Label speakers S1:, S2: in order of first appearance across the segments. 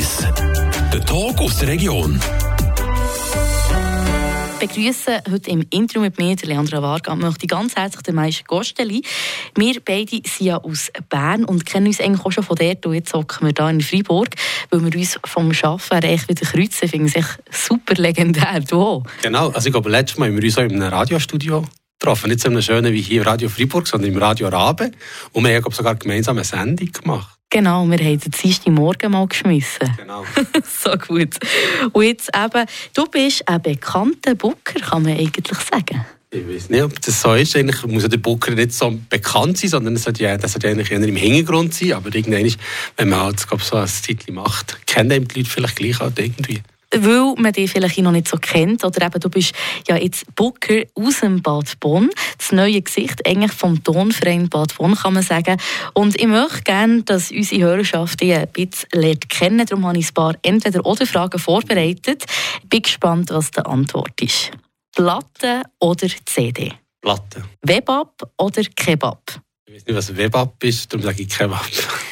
S1: 1. Der Talk aus der Region.
S2: Ich begrüße heute im Interview mit mir Leandra Varga und möchte ganz herzlich den Maisch Gosteli. Wir beide sind ja aus Bern und kennen uns eigentlich auch schon von dort. Und jetzt hocken wir hier in Freiburg, weil wir uns vom Arbeiten echt wieder kreuzen. Ich finde es echt super legendär. Du auch?
S3: Genau, also ich glaube, letztes Mal haben wir uns auch in einem Radiostudio getroffen. Nicht so einem schönen wie hier im Radio Freiburg, sondern im Radio Rabe. Und wir haben sogar gemeinsam eine Sendung gemacht.
S2: Genau, wir haben den Dienstagmorgen mal geschmissen.
S3: Genau.
S2: So gut. Und jetzt eben, du bist ein bekannter Booker, kann man eigentlich sagen.
S3: Ich weiß nicht, ob das so ist. Eigentlich muss ja der Booker nicht so bekannt sein, sondern das sollte eigentlich eher im Hintergrund sein. Aber irgendwann, wenn man halt, so ein Zeitchen macht, kennen die Leute vielleicht gleich halt irgendwie.
S2: Weil man dich vielleicht noch nicht so kennt, oder eben du bist ja jetzt Booker aus dem Bad Bonn, das neue Gesicht eigentlich vom Tonverein Bad Bonn, kann man sagen. Und ich möchte gerne, dass unsere Hörerschaft dich ein bisschen lernt kennen. Darum habe ich ein paar Entweder-oder-Fragen vorbereitet. Ich bin gespannt, was die Antwort ist. Platte oder CD?
S3: Platte.
S2: Webab oder Kebab?
S3: Ich weiß nicht, was Webab ist, darum sage ich Kebab.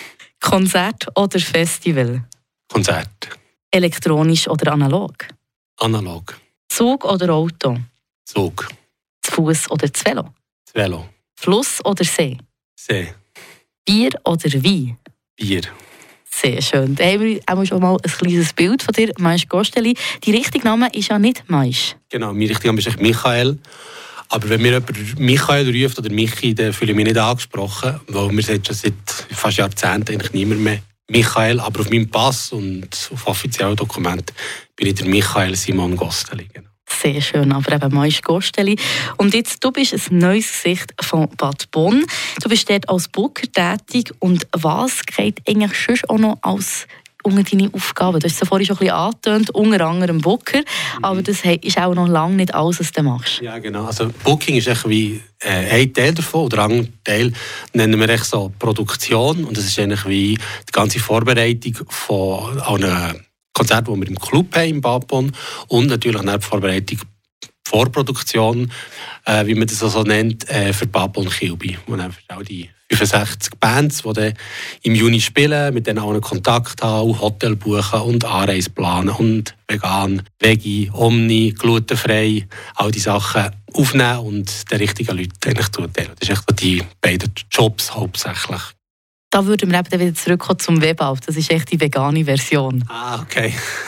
S2: Konzert oder Festival?
S3: Konzert.
S2: Elektronisch oder analog?
S3: Analog.
S2: Zug oder Auto?
S3: Zug.
S2: Zu Fuß oder zu Velo?
S3: Das Velo.
S2: Fluss oder See?
S3: See.
S2: Bier oder Wein?
S3: Bier.
S2: Sehr schön. Da haben wir auch schon mal ein kleines Bild von dir, Maisch Gosteli. Die richtige Name ist ja nicht Maisch.
S3: Genau, mein richtiger Name ist Michael. Aber wenn mir jemand Michael ruft oder Michi, dann fühle ich mich nicht angesprochen, weil wir sind schon seit fast Jahrzehnten eigentlich niemand mehr Michael, aber auf meinem Pass und auf offiziellen Dokumenten bin ich der Michael Simon Gosteli. Genau.
S2: Sehr schön, aber eben Maisch Gosteli. Und jetzt, du bist ein neues Gesicht von Bad Bonn. Du bist dort als Booker tätig. Und was geht eigentlich schon auch noch als unter deine Aufgaben? Du hast es vorhin schon ein bisschen angetönt, unter anderem Booker. Aber das ist auch noch lange nicht alles, was du machst.
S3: Ja, genau. Also Booking ist echt wie ein Teil davon, oder ein Teil nennen wir echt so Produktion. Und das ist eigentlich wie die ganze Vorbereitung von einem Konzert, das wir im Club haben, im Bad Bonn. Und natürlich die Vorbereitung, Vorproduktion, wie man das so nennt, für Bad Bonn Kilby. Wo dann auch die 65 Bands, die dann im Juni spielen, mit denen auch Kontakt haben, Hotel buchen und Anreise planen und vegan, Veggie, Omni, glutenfrei, all die Sachen aufnehmen und den richtigen Leuten eigentlich zuteilen. Das sind echt die beiden Jobs hauptsächlich.
S2: Da würden wir eben wieder zurückkommen zum Webab. Das ist echt die vegane Version.
S3: Ah, okay.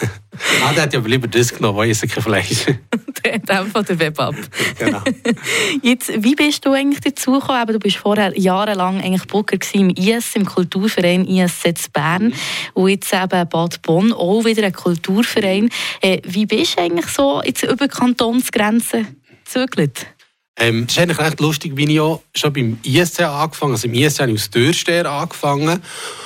S3: Der hat ja aber lieber das genommen, weil ich kein Fleisch.
S2: Der von der Webab.
S3: Genau.
S2: Jetzt, wie bist du eigentlich dazu gekommen? Du bist vorher jahrelang eigentlich Booker im IS, im Kulturverein ISC zu Bern. Und jetzt eben Bad Bonn, auch wieder ein Kulturverein. Wie bist du eigentlich so jetzt über Kantonsgrenzen gezögert?
S3: Es ist eigentlich recht lustig, wie ich auch schon beim ISC angefangen habe. Also im ISC habe ich aus Dörster angefangen.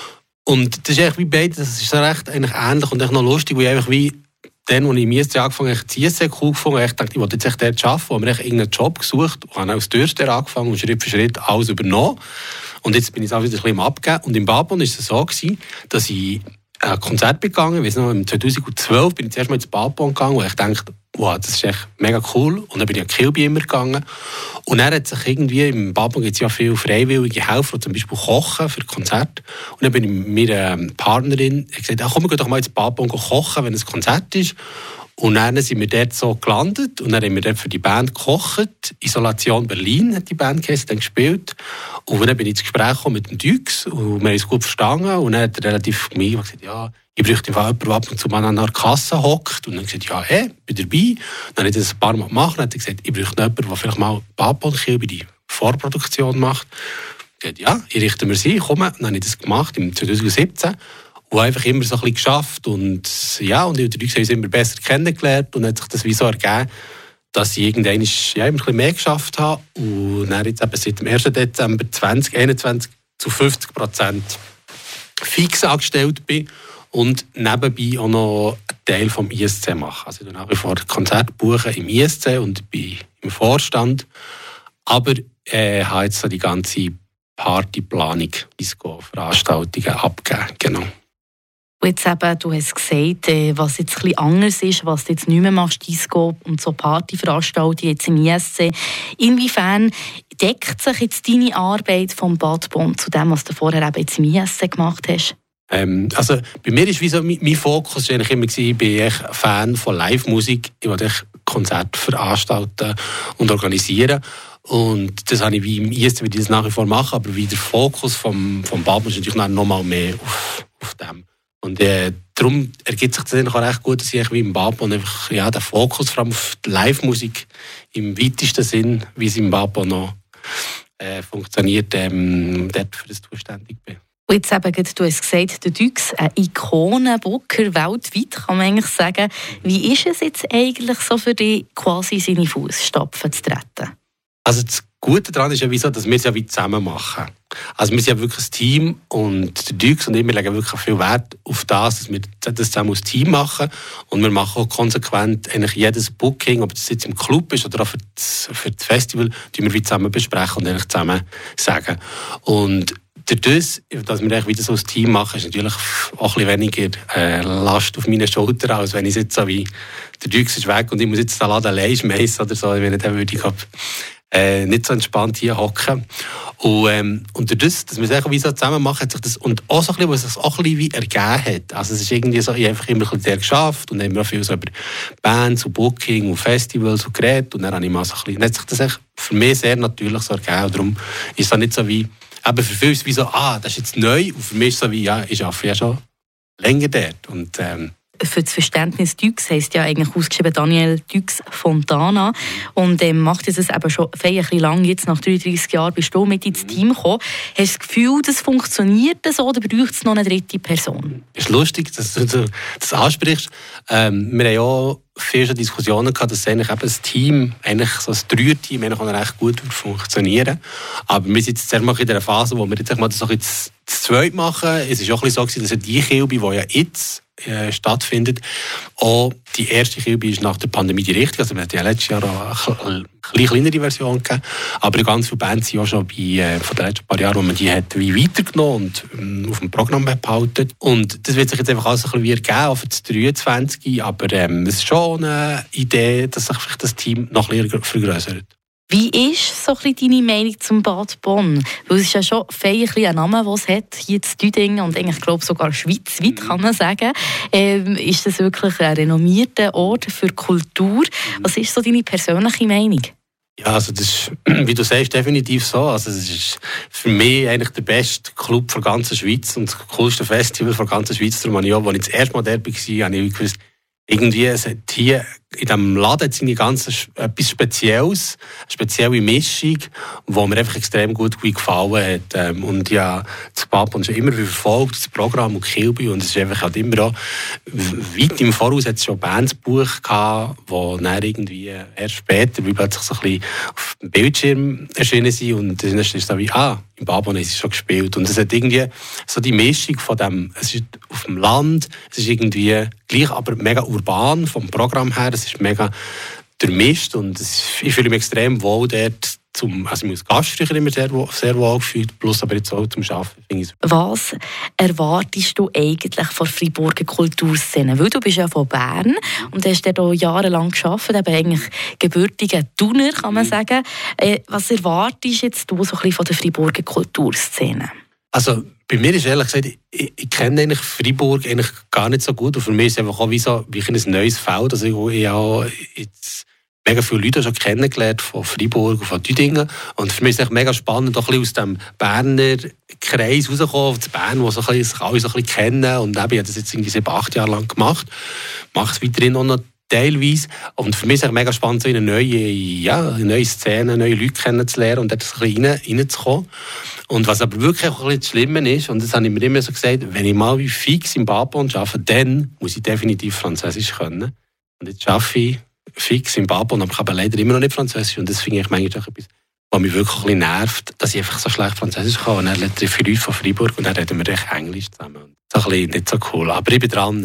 S3: Und das ist eigentlich wie beide, das ist recht eigentlich ähnlich und echt noch lustig, weil ich einfach wie dann, als ich im ISC angefangen habe, das ISC cool gefunden habe, ich dachte, ich wollte jetzt echt dort arbeiten, habe mir irgendeinen Job gesucht und habe aus Dörster angefangen und Schritt für Schritt alles übernommen. Und jetzt bin ich es auch wieder ein bisschen am Abgeben. Und im Bad Bonn war es so, dass ich ein Konzert begangen. Ich weiss noch, im 2012 bin ich zuerst mal ins Bad Bonn gegangen, wo ich dachte, wow, das ist echt mega cool. Und dann bin ich an Kilby immer gegangen. Und dann hat sich irgendwie, im Bad Bonn gibt es ja viele freiwillige Helfer, die zum Beispiel kochen für Konzerte. Und dann bin ich mit meiner Partnerin gesagt, komm, wir gehen doch mal ins Bad Bonn kochen, wenn es ein Konzert ist. Und dann sind wir dort so gelandet und dann haben wir dort für die Band gekocht. Isolation Berlin hat die Band geheißen, dann gespielt. Und dann bin ich ins Gespräch gekommen mit dem Dux und wir haben uns gut verstanden. Und dann hat er relativ mir gesagt, ja, ich bräuchte im Fall jemanden, der ab und zu mal an der Kasse hockt. Und dann habe ich gesagt, ja, bin dabei. Dann habe ich das ein paar Mal gemacht und dann hat er gesagt, ich bräuchte jemanden, der vielleicht mal Bad Bonn Kilby die Vorproduktion macht. Ich habe gesagt, ja, ich richte mir sie, komme. Und dann habe ich das gemacht im 2017. Und einfach immer so ein bisschen geschafft und ja, und die Leute haben uns immer besser kennengelernt und dann hat sich das wie so ergeben, dass ich irgendwann immer ein bisschen mehr geschafft habe und dann jetzt eben seit dem 1. Dezember 2021 zu 50% fix angestellt bin und nebenbei auch noch einen Teil vom ISC mache. Also ich nach wie vor Konzerte buchen im ISC und bin im Vorstand, aber habe jetzt so die ganze Partyplanung, Disco-Veranstaltungen abgegeben, genau.
S2: Und jetzt eben, du hast gesagt, was jetzt ein bisschen anders ist, was du jetzt nicht mehr machst, Disco und so Partyveranstaltungen jetzt im ISC. Inwiefern deckt sich jetzt deine Arbeit vom Bad Bonn zu dem, was du vorher eben jetzt im ISC gemacht hast?
S3: Also bei mir ist wie so, mein Fokus war eigentlich immer, ich bin echt Fan von Live-Musik. Ich wollte Konzerte veranstalten und organisieren. Und das habe ich wie im ISC, wie ich das nach wie vor mache, aber wie der Fokus vom Babon ist natürlich noch mal mehr auf dem. Und darum ergibt sich das eigentlich auch recht gut, dass ich wie im Babon einfach den Fokus vor allem auf die Live-Musik im weitesten Sinn, wie es im Babon noch funktioniert, dort für das zuständig bin.
S2: Und jetzt eben, du hast gesagt, der Dux, ein Ikonenbooker weltweit, kann man eigentlich sagen. Wie ist es jetzt eigentlich so für dich, quasi in seine Fußstapfen zu treten?
S3: Also das Gute daran ist ja, wieso, dass wir es ja wie zusammen machen. Also wir sind ja wirklich ein Team und der Dux und ich, wir legen wirklich viel Wert auf das, dass wir das zusammen als Team machen. Und wir machen auch konsequent eigentlich jedes Booking, ob das jetzt im Club ist oder auch für das Festival, die wir wie zusammen besprechen und eigentlich zusammen sagen. Und dadurch, dass wir wieder so ein Team machen, ist natürlich auch ein bisschen weniger Last auf meinen Schultern, als wenn ich jetzt so wie der Dux ist weg und ich muss jetzt den Laden allein schmeißen oder so, wenn dann würde ich nicht so entspannt hier hocken. Und dadurch, dass wir es einfach wie so zusammen machen, hat sich das, und auch so ein bisschen, was es auch ein bisschen wie ergeben hat. Also es ist irgendwie so, ich habe einfach immer ein bisschen sehr geschafft und immer viel so über Bands und Booking und Festivals und geredet und dann habe ich mal so ein bisschen, hat sich das echt für mich sehr natürlich so ergeben. Und darum ist es nicht so wie, aber für viele ist es wie so, das ist jetzt neu. Und für mich ist es so wie, ich arbeite ja schon länger dort. Und,
S2: für das Verständnis Dux heisst ja eigentlich ausgeschrieben Daniel Dux Fontana. Und macht es eben schon ein bisschen lang, jetzt nach 33 Jahren bist du mit ins Team gekommen. Hast du das Gefühl, das funktioniert so oder braucht es noch eine dritte Person?
S3: Es ist lustig, dass du das ansprichst. Wir haben ja auch viele Diskussionen gehabt, dass eigentlich eben das Team, eigentlich so ein Dreier-Team, recht gut funktionieren. Aber wir sind jetzt in der Phase, wo wir jetzt mal das zweit machen. Es war auch ein bisschen so, dass die Kilby, die ja jetzt stattfindet, auch die erste Kilby ist nach der Pandemie die richtige. Also wir hatten ja letztes Jahr auch eine kleinere Version gegeben. Aber ganz viele Bands sind auch schon von den letzten paar Jahren, wo man die hat wie weitergenommen und auf dem Programm behalten. Und das wird sich jetzt einfach alles ein bisschen wie ergeben, auch für das 23. Aber es ist schon eine Idee, dass sich vielleicht das Team noch ein bisschen vergrößert.
S2: Wie ist so ein bisschen deine Meinung zum Bad Bonn? Weil es ist ja schon ein Name, den es hat, hier in Düdingen und eigentlich, glaube sogar schweizweit, kann man sagen. Ist das wirklich ein renommierter Ort für Kultur? Was ist so deine persönliche Meinung?
S3: Ja, also das ist, wie du sagst, definitiv so. Also es ist für mich eigentlich der beste Club der ganzen Schweiz und das coolste Festival der ganzen Schweiz. Darum habe ich auch, als ich das erste Mal dort war, habe ich gewusst, irgendwie, es hat hier in diesem Laden etwas Spezielles, eine spezielle Mischung, die mir einfach extrem gut gefallen hat. Und ja, das Babon schon immer verfolgt, das Programm und Kilby, und es ist einfach halt immer auch, weit im Voraus hat es schon Bands gebucht gehabt, die dann irgendwie erst später, wie plötzlich so ein bisschen auf dem Bildschirm erschienen sind, und dann ist es so wie, im Babon ist es schon gespielt. Und es hat irgendwie so die Mischung von dem, es ist auf dem Land, es ist irgendwie gleich, aber mega urban vom Programm her, es ist mega durchmischt und ich fühle mich extrem wohl dort. Also ich muss Gaststreicher immer sehr wohl gefühlt, plus aber jetzt auch zum Arbeiten.
S2: Was erwartest du eigentlich von der Freiburger Kulturszene? Weil du bist ja von Bern und hast dort auch jahrelang gearbeitet, eben eigentlich gebürtiger Thuner, kann man sagen. Was erwartest jetzt du so ein bisschen von der Freiburger Kulturszene?
S3: Also bei mir ist ehrlich gesagt, ich kenne eigentlich Freiburg eigentlich gar nicht so gut, und für mich ist es einfach auch wie ein neues Feld. Also ich habe jetzt mega viele Leute schon kennengelernt von Freiburg und von Düdingen, und für mich ist es mega spannend, auch ein bisschen aus dem Berner Kreis rauszukommen, auf Bern, wo sich alle so ein bisschen kennen, und ich habe das jetzt irgendwie 7-8 Jahre lang gemacht, mache es weiterhin auch noch teilweise, und für mich ist es mega spannend, so in eine neue Szene, neue Leute kennenzulernen und dort ein bisschen reinzukommen. Und was aber wirklich auch ein bisschen das Schlimme ist, und das habe ich mir immer so gesagt, wenn ich mal wie fix im Babon arbeite, dann muss ich definitiv Französisch können. Und jetzt arbeite ich fix im Babon, aber ich habe leider immer noch nicht Französisch, und das finde ich manchmal auch etwas, was mich wirklich ein bisschen nervt, dass ich einfach so schlecht Französisch kann. Und dann treffe ich Leute von Freiburg und dann reden wir echt Englisch zusammen. Das ist ein bisschen nicht so cool, aber ich bin dran.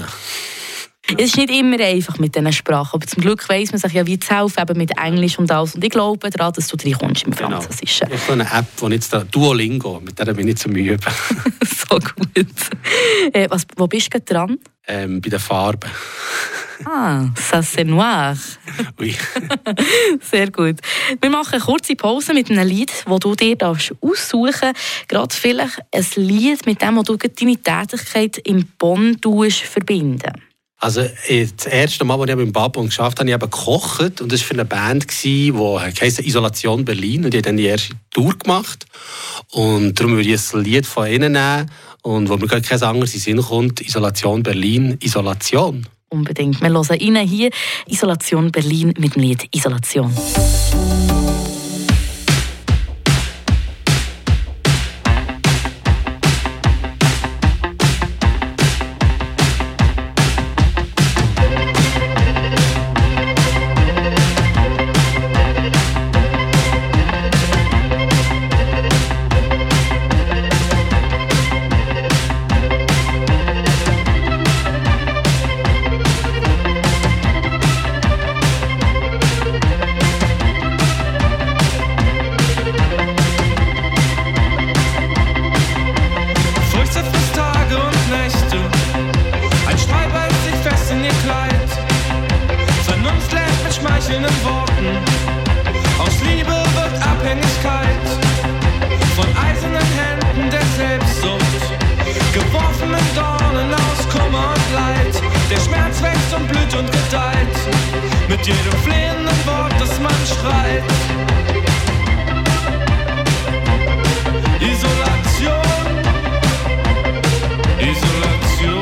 S2: Es ist nicht immer einfach mit diesen Sprachen, aber zum Glück weiss man sich ja, wie zu helfen, eben mit Englisch und alles. Und ich glaube daran, dass du reinkommst im Französischen.
S3: Ich habe eine App, die jetzt Duolingo, mit der bin ich zum Üben.
S2: So gut. Wo bist du gerade dran?
S3: Bei den Farben.
S2: Ah, ça c'est noir.
S3: Oui.
S2: Sehr gut. Wir machen eine kurze Pause mit einem Lied, das du dir aussuchen darfst. Gerade vielleicht ein Lied, mit dem du deine Tätigkeit in Bonn verbinden.
S3: Also das erste Mal, als ich beim Bad-Bonn geschafft habe, habe ich gekocht. Und das war für eine Band, die heisst Isolation Berlin. Und die hat dann die erste Tour gemacht. Und darum würde ich ein Lied von ihnen nehmen. Und wo mir gar kein anderes in den Sinn kommt, Isolation Berlin, Isolation.
S2: Unbedingt. Wir hören rein hier Isolation Berlin mit dem Lied Isolation.
S4: Aus Liebe wird Abhängigkeit von eisernen Händen der Selbstsucht, geworfenen Dornen aus Kummer und Leid. Der Schmerz wächst und blüht und gedeiht, mit jedem flehenden Wort, das man schreit. Isolation, Isolation,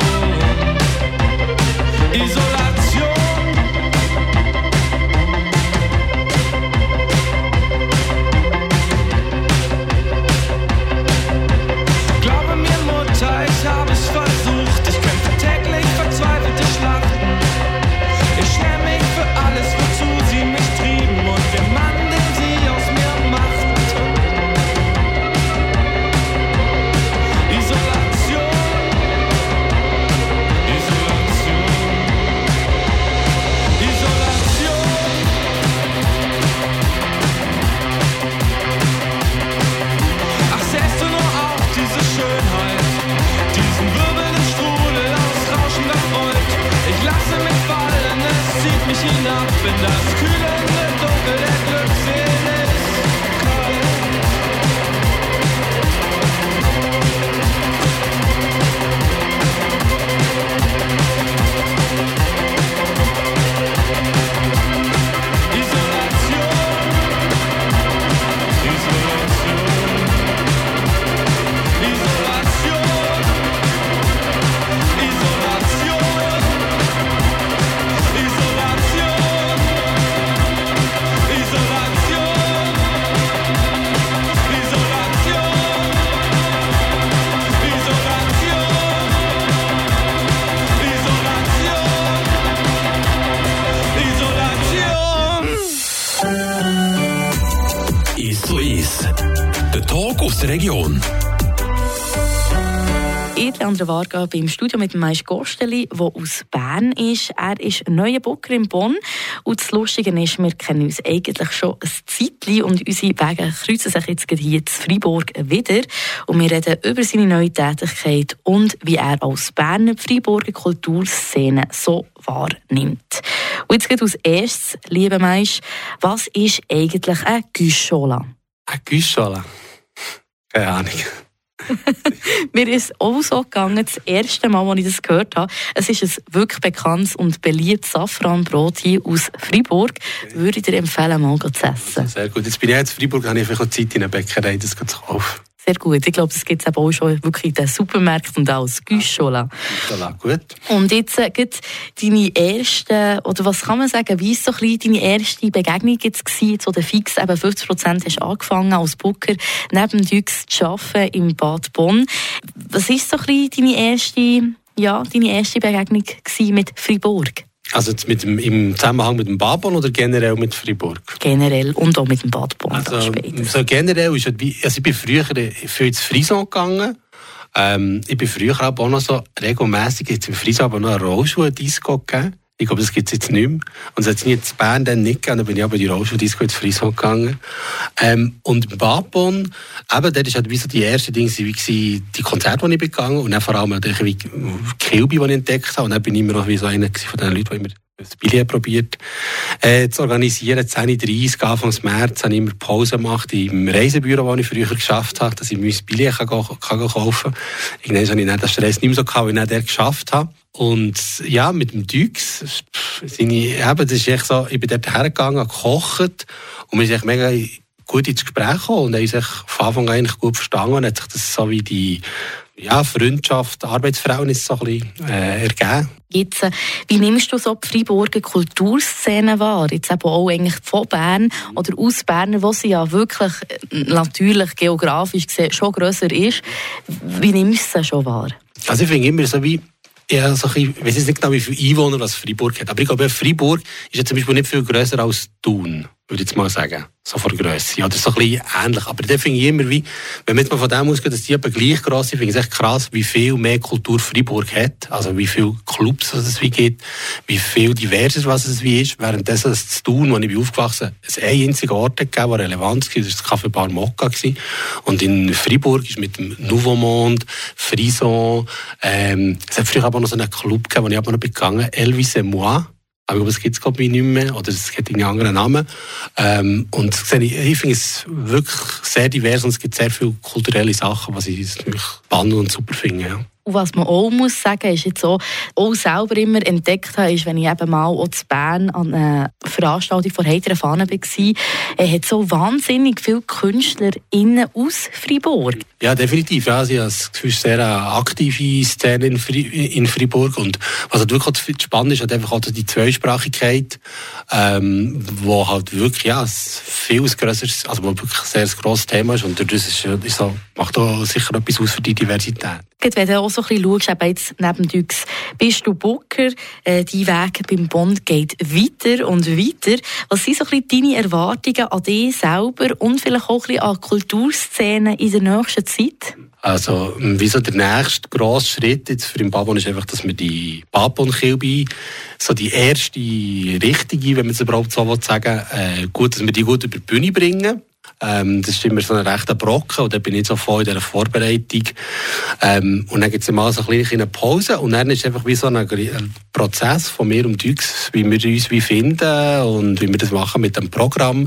S4: Isolation. Ich habe es versucht, ich kämpfe täglich verzweifelte Schlachten. Ich schäme mich für alles, wozu sie mich trieben und den Mann, den sie aus mir machten. Isolation, Isolation, Isolation. Ach, sähst du nur auch diese Schönheit, diesen wirbelnden Strudel aus rauschender Freud. Ich lasse mich fallen, es zieht mich hinab in das kühlende Dunkel der Glückssehne ist kalt. Isolation, Isolation, Isolation.
S1: Ist so ist. Der Talk aus der Region.
S2: Leandro Varga beim Studio mit dem Maisch Gosteli, der aus Bern ist. Er ist neuer Booker in Bonn. Und das Lustige ist, wir kennen uns eigentlich schon ein Zeitchen und unsere Wege kreuzen sich jetzt hier in Freiburg wieder. Und wir reden über seine neue Tätigkeit und wie er als Berner die Freiburger Kulturszene so wahrnimmt. Und jetzt geht als erstes, lieber Maisch, was ist eigentlich ein Guichola?
S3: Ein Guichola? Keine Ahnung.
S2: Mir ist es auch so gegangen, das erste Mal, als ich das gehört habe. Es ist ein wirklich bekanntes und beliebtes Safranbrot hier aus Freiburg. Würde ich dir empfehlen, mal zu essen.
S3: Sehr gut. Jetzt bin ich jetzt in Freiburg, habe ich vielleicht auch Zeit in einer Bäckerei, das zu kaufen.
S2: Sehr gut. Ich glaube, das gibt es auch schon wirklich in den Supermärkten und auch als Guichola.
S3: Gut.
S2: Und jetzt gibt deine erste, oder was kann man sagen, wie ist so ein bisschen deine erste Begegnung jetzt gewesen, so der Fix, eben 50% hast du angefangen als Booker, neben Dux zu arbeiten im Bad Bonn. Was ist so ein bisschen deine erste Begegnung gewesen mit Freiburg?
S3: Also jetzt im Zusammenhang mit dem Bad Bonn oder generell mit Freiburg?
S2: Generell und auch mit dem Bad Bonn.
S3: Also generell ist ich bin früher viel ins Frison gegangen. Ich bin früher auch noch so regelmässig jetzt im Frison aber noch eine Rollschuh-Disco gegeben. Ich glaube, das gibt es jetzt nicht mehr. Und es hat es nie in Bern dann nicht gegeben, dann bin ich aber in die Rollschuh-Disco ins Frison gegangen. Und im Bad Bonn, eben, dort war halt wie so die ersten Dinge, wie die Konzerte, die ich gegangen bin. Und dann vor allem wie Kilby, die ich entdeckt habe. Und dann bin ich immer noch wie so einer von den Leuten, die immer das Billett probiert zu organisieren. 10:30 Uhr, Anfang März, habe ich immer Pause gemacht im Reisebüro, wo ich früher geschafft habe, dass ich mein Billett kann kaufen kann. Irgendwann habe ich dann den Stress nicht mehr so gehabt, wie ich den geschafft habe. Und ja, mit dem Dux, das ist echt so, ich bin dort hergegangen, gekocht und wir sind echt mega gut ins Gespräch gekommen und haben sich von Anfang an eigentlich gut verstanden und hat sich das so wie die Freundschaft, Arbeitsverhältnis so ein bisschen ergeben.
S2: Jetzt, wie nimmst du so die Freiburger Kulturszene wahr? Jetzt eben auch eigentlich von Bern oder aus Bern, wo sie ja wirklich natürlich geografisch gesehen schon grösser ist. Wie nimmst du sie schon wahr?
S3: Also ich finde immer so wie, ja, so ich weiß nicht genau, wie viele Einwohner das Freiburg hat, aber ich glaube, Freiburg ist ja zum Beispiel nicht viel grösser als Thun, würde ich jetzt mal sagen. So von der Grösse. Oder so ein bisschen ähnlich. Aber da finde ich immer wie, wenn man jetzt mal von dem ausgeht, dass die etwa gleich gross sind, finde ich es echt krass, wie viel mehr Kultur Freiburg hat. Also wie viele Clubs es wie gibt, wie viel diverses was es wie ist. Währenddessen das Thun, wo ich bin aufgewachsen bin, es einen einzigen Ort gegeben, der relevant war, das war das Café Bar Mokka. Und in Freiburg ist mit dem Nouveau Monde, Frison, es hat früher aber noch so einen Club gegeben, wo ich aber noch gegangen bin, Elvis et moi. Aber das gibt es glaube ich nicht mehr, oder es hat einen anderen Namen. Und ich finde es wirklich sehr divers und es gibt sehr viele kulturelle Sachen, was ich spannend und super finde. Ja.
S2: Und was man auch muss sagen, ist jetzt auch selber immer entdeckt habe, ist, wenn ich eben mal auch zu Bern an einer Veranstaltung von Heiteren Fahnen war, hat so wahnsinnig viele KünstlerInnen aus Freiburg.
S3: Ja, definitiv. Ja, sie haben das Gefühl, sehr aktive Szene in Freiburg. Und was halt wirklich spannend ist, hat einfach auch die Zweisprachigkeit, wo halt wirklich, ja, viel grösseres, also wo wirklich ein sehr grosses Thema ist. Und das ist so, macht auch sicher etwas aus für die Diversität.
S2: Wenn du auch so ein bisschen schaust, eben jetzt neben Dux, bist du Booker, dein Weg beim Bund geht weiter und weiter. Was sind so ein bisschen deine Erwartungen an dich selber und vielleicht auch ein bisschen an die Kulturszene in der nächsten Zeit?
S3: Also, wieso der nächste grosse Schritt jetzt für den Babon ist einfach, dass wir die Babon-Kilbe, so die erste richtige, wenn man es überhaupt so sagen will, dass wir die gut über die Bühne bringen. Das ist immer so ein rechter Brocken und dann bin ich so voll in dieser Vorbereitung. Und dann gibt es mal so eine kleine Pause und dann ist einfach wie so ein Prozess von mir und Dux, wie wir uns finden und wie wir das machen mit dem Programm.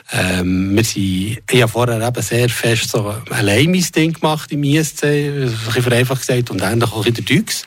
S3: Ich habe vorher eben sehr fest so allein mein Ding gemacht im ISC, ein bisschen vereinfacht gesagt, und dann auch in der Dux.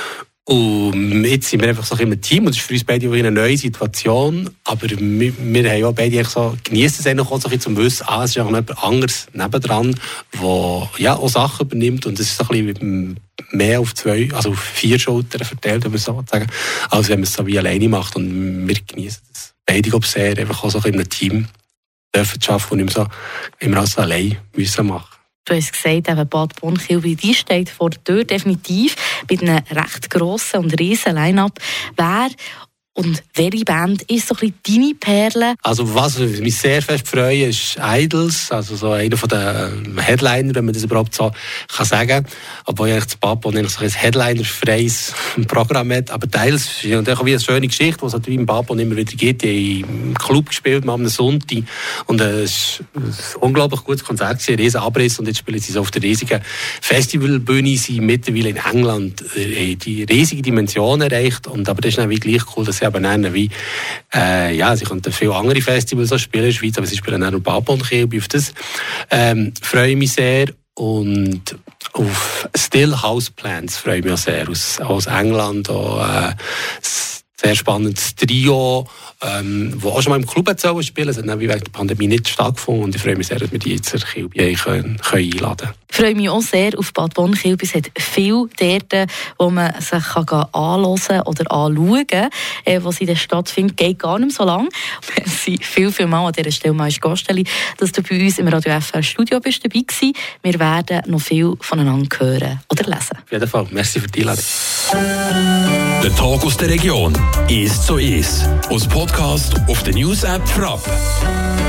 S3: Und jetzt sind wir einfach so ein Team und es ist für uns beide eine neue Situation, aber wir haben auch beide so, genießen es auch so ein bisschen zum Wissen, es ist auch noch jemand anderes nebendran, der ja auch Sachen übernimmt und es ist so ein bisschen mehr auf 4 Schultern verteilt, wenn man so sagen, als wenn man es so wie alleine macht, und wir genießen es beide sehr, einfach auch so in einem Team dürfen zu arbeiten und nicht mehr so immer alles allein müssen machen.
S2: Du hast gesagt, eben Bad Bonn-Kilby, die steht vor der Tür, definitiv, mit einem recht grossen und riesen Line-Up. Wer und welche Band ist so ein bisschen deine Perle?
S3: Also was mich sehr fest freut, ist Idols, also so einer von den Headliner, wenn man das überhaupt so kann sagen. Obwohl eigentlich das Babon so ein Headliner-freies Programm hat. Aber die Idols ist natürlich auch wie eine schöne Geschichte, die es halt wie im Babon immer wieder gibt. Die haben im Club gespielt, mal am Sonntag. Und es war ein unglaublich gutes Konzert, ein riesen Abriss. Und jetzt spielen sie so auf der riesigen Festivalbühne, sie mittlerweile in England die riesige Dimension erreicht. Und aber das ist dann wie gleich cool, dass sie aber nennen, wie, sie könnten viele andere Festivals so spielen in der Schweiz, aber sie spielen auch noch Babon-Kilby. Auf das freue ich mich sehr. Und auf Still House Plants freue ich mich auch sehr. Aus England, auch, sehr spannendes Trio, wo auch schon mal im Club spielen. Es hat dann wie während der Pandemie nicht stattgefunden und ich freue mich sehr, dass wir die jetzt in Kilby einladen können.
S2: Ich freue mich auch sehr auf Bad Bonn-Kilby. Es hat viel dort, wo man sich anhören oder anschauen kann, was in der Stadt findet. Geht gar nicht mehr so lang. Merci viel mal an dieser Stelle, Maisch Gosteli, dass du bei uns im Radio FR Studio bist dabei gewesen. Wir werden noch viel voneinander hören oder lesen.
S3: Auf jeden Fall. Merci für die Einladung.
S1: Der Tag aus der Region ist so ist. Aus Podcast auf der News-App Frapp.